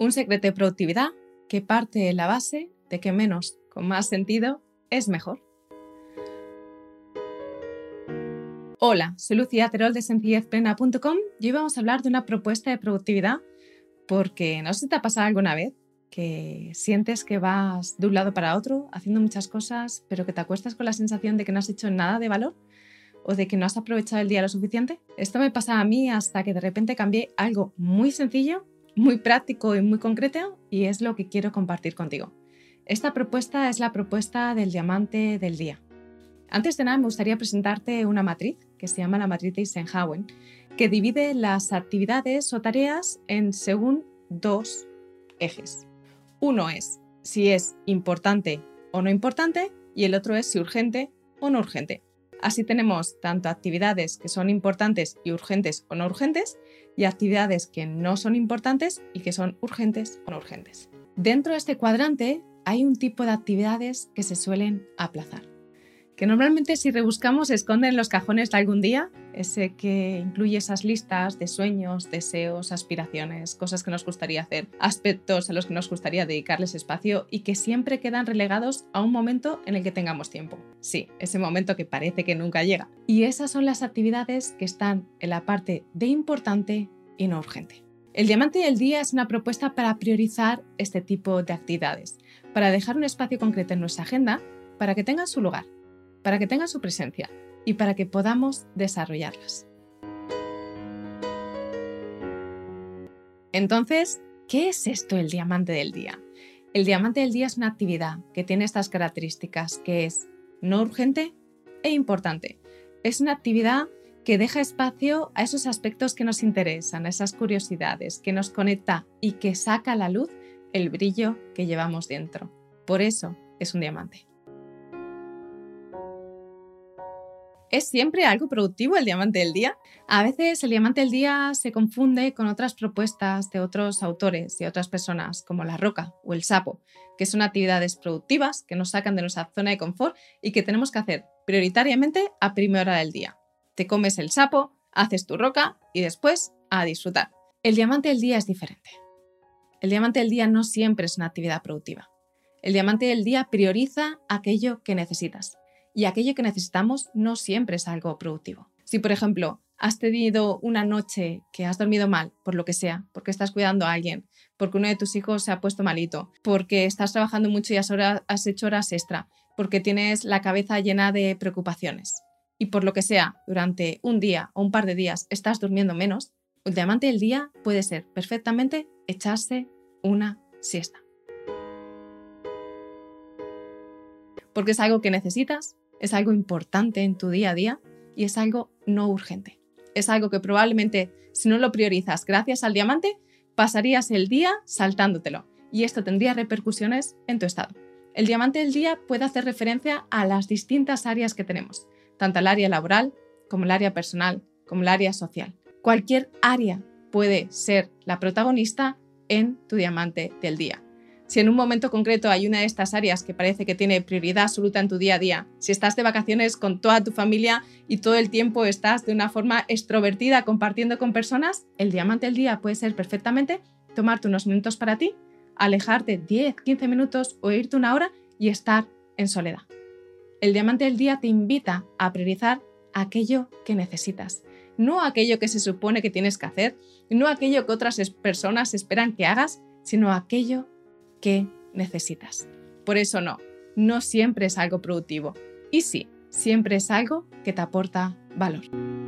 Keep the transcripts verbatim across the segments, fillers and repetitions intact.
Un secreto de productividad que parte de la base de que menos con más sentido es mejor. Hola, soy Lucía Terol de sencillez plena punto com y hoy vamos a hablar de una propuesta de productividad porque no sé si te ha pasado alguna vez que sientes que vas de un lado para otro haciendo muchas cosas, pero que te acuestas con la sensación de que no has hecho nada de valor o de que no has aprovechado el día lo suficiente. Esto me pasaba a mí hasta que de repente cambié algo muy sencillo, muy práctico y muy concreto, y es lo que quiero compartir contigo. Esta propuesta es la propuesta del diamante del día. Antes de nada me gustaría presentarte una matriz que se llama la matriz de Eisenhower, que divide las actividades o tareas en según dos ejes. Uno es si es importante o no importante y el otro es si urgente o no urgente. Así tenemos tanto actividades que son importantes y urgentes o no urgentes y actividades que no son importantes y que son urgentes o no urgentes. Dentro de este cuadrante hay un tipo de actividades que se suelen aplazar, que normalmente si rebuscamos se esconden en los cajones de algún día, ese que incluye esas listas de sueños, deseos, aspiraciones, cosas que nos gustaría hacer, aspectos a los que nos gustaría dedicarles espacio y que siempre quedan relegados a un momento en el que tengamos tiempo. Sí, ese momento que parece que nunca llega. Y esas son las actividades que están en la parte de importante y no urgente. El diamante del día es una propuesta para priorizar este tipo de actividades, para dejar un espacio concreto en nuestra agenda para que tengan su lugar, para que tengan su presencia y para que podamos desarrollarlas. Entonces, ¿qué es esto el diamante del día? El diamante del día es una actividad que tiene estas características, que es no urgente e importante. Es una actividad que deja espacio a esos aspectos que nos interesan, a esas curiosidades, que nos conecta y que saca a la luz el brillo que llevamos dentro. Por eso es un diamante. ¿Es siempre algo productivo el diamante del día? A veces el diamante del día se confunde con otras propuestas de otros autores y otras personas, como la roca o el sapo, que son actividades productivas que nos sacan de nuestra zona de confort y que tenemos que hacer prioritariamente a primera hora del día. Te comes el sapo, haces tu roca y después a disfrutar. El diamante del día es diferente. El diamante del día no siempre es una actividad productiva. El diamante del día prioriza aquello que necesitas. Y aquello que necesitamos no siempre es algo productivo. Si, por ejemplo, has tenido una noche que has dormido mal, por lo que sea, porque estás cuidando a alguien, porque uno de tus hijos se ha puesto malito, porque estás trabajando mucho y has, hora, has hecho horas extra, porque tienes la cabeza llena de preocupaciones, y por lo que sea, durante un día o un par de días estás durmiendo menos, el diamante del día puede ser perfectamente echarse una siesta. Porque es algo que necesitas, es algo importante en tu día a día y es algo no urgente. Es algo que probablemente, si no lo priorizas gracias al diamante, pasarías el día saltándotelo y esto tendría repercusiones en tu estado. El diamante del día puede hacer referencia a las distintas áreas que tenemos, tanto el área laboral como el área personal, como el área social. Cualquier área puede ser la protagonista en tu diamante del día. Si en un momento concreto hay una de estas áreas que parece que tiene prioridad absoluta en tu día a día, si estás de vacaciones con toda tu familia y todo el tiempo estás de una forma extrovertida compartiendo con personas, el diamante del día puede ser perfectamente tomarte unos minutos para ti, alejarte diez, quince minutos o irte una hora y estar en soledad. El diamante del día te invita a priorizar aquello que necesitas, no aquello que se supone que tienes que hacer, no aquello que otras personas esperan que hagas, sino aquello que necesitas. Por eso no, no siempre es algo productivo. Y sí, siempre es algo que te aporta valor.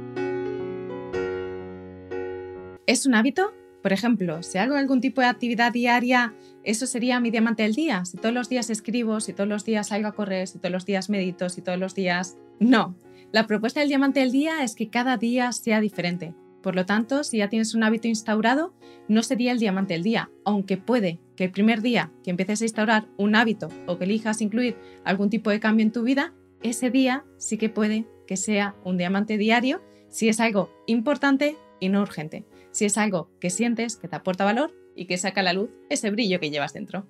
¿Es un hábito? Por ejemplo, si hago algún tipo de actividad diaria, eso sería mi diamante del día. Si todos los días escribo, si todos los días salgo a correr, si todos los días medito, si todos los días... No. La propuesta del diamante del día es que cada día sea diferente. Por lo tanto, si ya tienes un hábito instaurado, no sería el diamante del día, aunque puede que el primer día que empieces a instaurar un hábito o que elijas incluir algún tipo de cambio en tu vida, ese día sí que puede que sea un diamante diario si es algo importante y no urgente, si es algo que sientes que te aporta valor y que saca a la luz ese brillo que llevas dentro.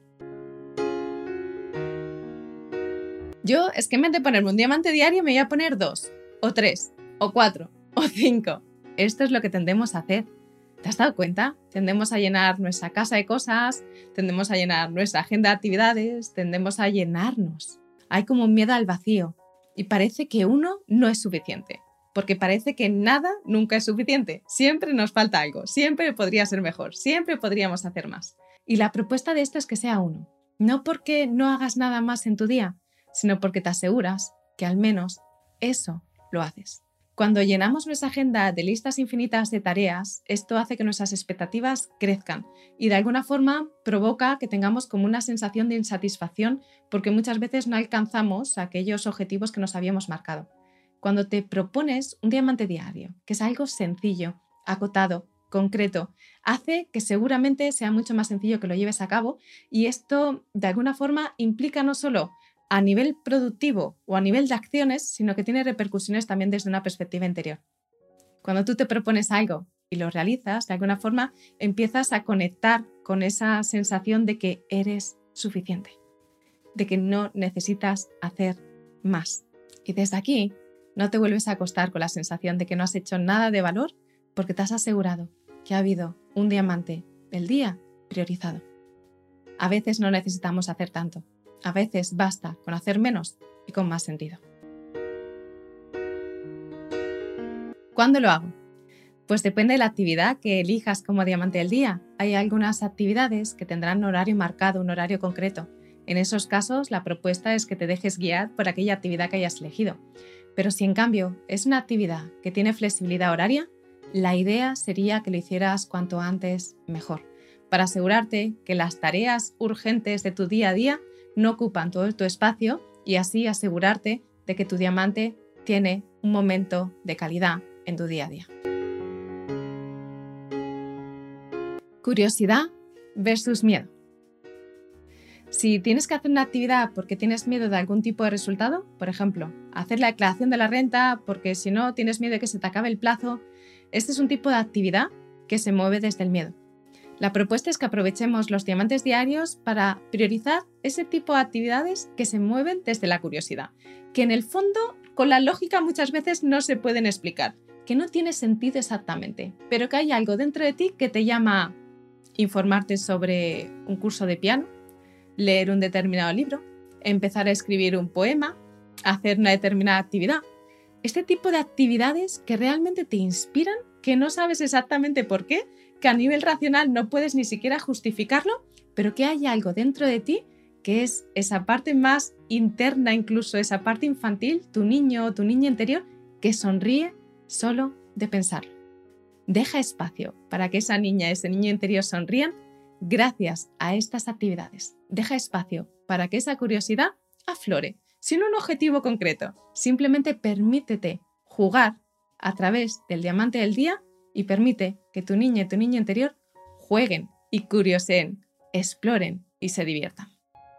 Yo es que en vez de ponerme un diamante diario me voy a poner dos, o tres, o cuatro, o cinco. Esto es lo que tendemos a hacer. ¿Te has dado cuenta? Tendemos a llenar nuestra casa de cosas, tendemos a llenar nuestra agenda de actividades, tendemos a llenarnos. Hay como un miedo al vacío y parece que uno no es suficiente, porque parece que nada nunca es suficiente. Siempre nos falta algo, siempre podría ser mejor, siempre podríamos hacer más. Y la propuesta de esto es que sea uno, no porque no hagas nada más en tu día, sino porque te aseguras que al menos eso lo haces. Cuando llenamos nuestra agenda de listas infinitas de tareas, esto hace que nuestras expectativas crezcan y de alguna forma provoca que tengamos como una sensación de insatisfacción porque muchas veces no alcanzamos aquellos objetivos que nos habíamos marcado. Cuando te propones un diamante diario, que es algo sencillo, acotado, concreto, hace que seguramente sea mucho más sencillo que lo lleves a cabo y esto de alguna forma implica no solo a nivel productivo o a nivel de acciones, sino que tiene repercusiones también desde una perspectiva interior. Cuando tú te propones algo y lo realizas, de alguna forma empiezas a conectar con esa sensación de que eres suficiente, de que no necesitas hacer más. Y desde aquí no te vuelves a acostar con la sensación de que no has hecho nada de valor porque te has asegurado que ha habido un diamante del día priorizado. A veces no necesitamos hacer tanto. A veces basta con hacer menos y con más sentido. ¿Cuándo lo hago? Pues depende de la actividad que elijas como diamante del día. Hay algunas actividades que tendrán un horario marcado, un horario concreto. En esos casos, la propuesta es que te dejes guiar por aquella actividad que hayas elegido. Pero si en cambio es una actividad que tiene flexibilidad horaria, la idea sería que lo hicieras cuanto antes mejor, para asegurarte que las tareas urgentes de tu día a día no ocupan todo tu espacio y así asegurarte de que tu diamante tiene un momento de calidad en tu día a día. Curiosidad versus miedo. Si tienes que hacer una actividad porque tienes miedo de algún tipo de resultado, por ejemplo, hacer la declaración de la renta porque si no tienes miedo de que se te acabe el plazo, este es un tipo de actividad que se mueve desde el miedo. La propuesta es que aprovechemos los diamantes diarios para priorizar ese tipo de actividades que se mueven desde la curiosidad, que en el fondo con la lógica muchas veces no se pueden explicar, que no tiene sentido exactamente, pero que hay algo dentro de ti que te llama a informarte sobre un curso de piano, leer un determinado libro, empezar a escribir un poema, hacer una determinada actividad. Este tipo de actividades que realmente te inspiran, que no sabes exactamente por qué, que a nivel racional no puedes ni siquiera justificarlo, pero que hay algo dentro de ti que es esa parte más interna, incluso esa parte infantil, tu niño o tu niña interior, que sonríe solo de pensarlo. Deja espacio para que esa niña, ese niño interior sonrían gracias a estas actividades. Deja espacio para que esa curiosidad aflore, sin un objetivo concreto. Simplemente permítete jugar a través del diamante del día y permite que tu niña y tu niño interior jueguen y curioseen, exploren y se diviertan.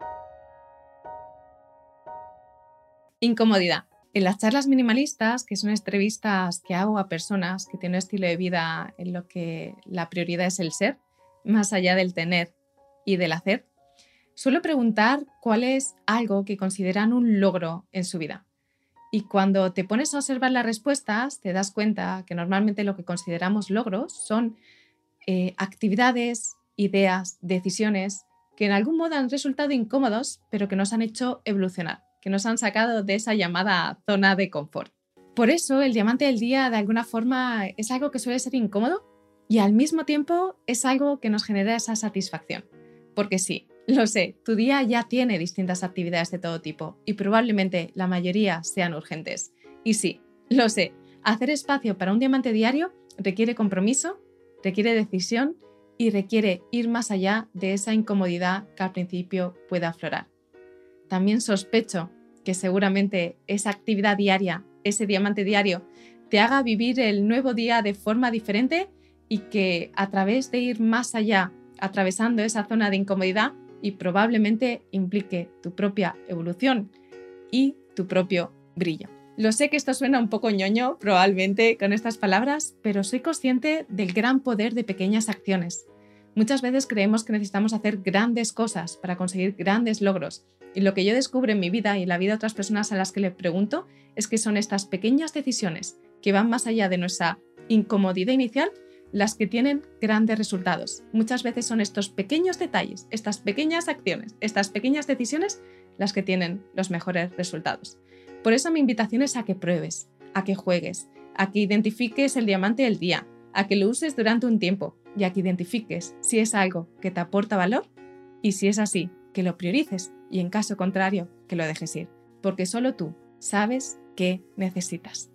Incomodidad. En las charlas minimalistas, que son entrevistas que hago a personas que tienen un estilo de vida en lo que la prioridad es el ser, más allá del tener y del hacer, suelo preguntar cuál es algo que consideran un logro en su vida. Y cuando te pones a observar las respuestas, te das cuenta que normalmente lo que consideramos logros son eh, actividades, ideas, decisiones que en algún modo han resultado incómodos, pero que nos han hecho evolucionar, que nos han sacado de esa llamada zona de confort. Por eso el diamante del día de alguna forma es algo que suele ser incómodo y al mismo tiempo es algo que nos genera esa satisfacción. Porque sí, lo sé, tu día ya tiene distintas actividades de todo tipo y probablemente la mayoría sean urgentes. Y sí, lo sé, hacer espacio para un diamante diario requiere compromiso, requiere decisión y requiere ir más allá de esa incomodidad que al principio puede aflorar. También sospecho que seguramente esa actividad diaria, ese diamante diario, te haga vivir el nuevo día de forma diferente y que a través de ir más allá, atravesando esa zona de incomodidad, y probablemente implique tu propia evolución y tu propio brillo. Lo sé que esto suena un poco ñoño, probablemente, con estas palabras, pero soy consciente del gran poder de pequeñas acciones. Muchas veces creemos que necesitamos hacer grandes cosas para conseguir grandes logros, y lo que yo descubro en mi vida y en la vida de otras personas a las que le pregunto es que son estas pequeñas decisiones que van más allá de nuestra incomodidad inicial las que tienen grandes resultados. Muchas veces son estos pequeños detalles, estas pequeñas acciones, estas pequeñas decisiones las que tienen los mejores resultados. Por eso mi invitación es a que pruebes, a que juegues, a que identifiques el diamante del día, a que lo uses durante un tiempo y a que identifiques si es algo que te aporta valor y si es así, que lo priorices y en caso contrario, que lo dejes ir, porque solo tú sabes qué necesitas.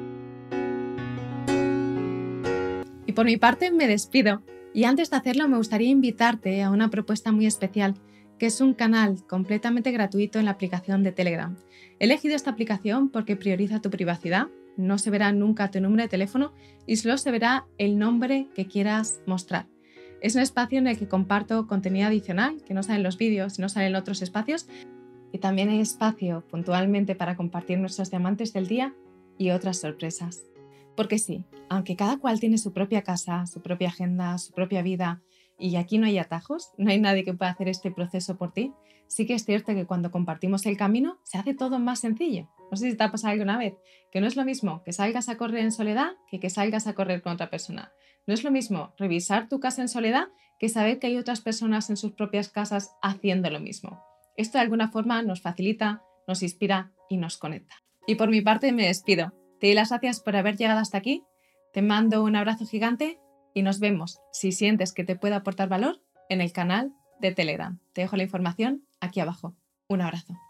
Y por mi parte me despido y antes de hacerlo me gustaría invitarte a una propuesta muy especial que es un canal completamente gratuito en la aplicación de Telegram. He elegido esta aplicación porque prioriza tu privacidad, no se verá nunca tu número de teléfono y solo se verá el nombre que quieras mostrar. Es un espacio en el que comparto contenido adicional que no sale en los vídeos, no sale en otros espacios y también hay espacio puntualmente para compartir nuestros diamantes del día y otras sorpresas. Porque sí, aunque cada cual tiene su propia casa, su propia agenda, su propia vida y aquí no hay atajos, no hay nadie que pueda hacer este proceso por ti, sí que es cierto que cuando compartimos el camino se hace todo más sencillo. No sé si te ha pasado alguna vez, que no es lo mismo que salgas a correr en soledad que que salgas a correr con otra persona. No es lo mismo revisar tu casa en soledad que saber que hay otras personas en sus propias casas haciendo lo mismo. Esto de alguna forma nos facilita, nos inspira y nos conecta. Y por mi parte me despido. Te doy las gracias por haber llegado hasta aquí. Te mando un abrazo gigante y nos vemos, si sientes que te puede aportar valor, en el canal de Telegram. Te dejo la información aquí abajo. Un abrazo.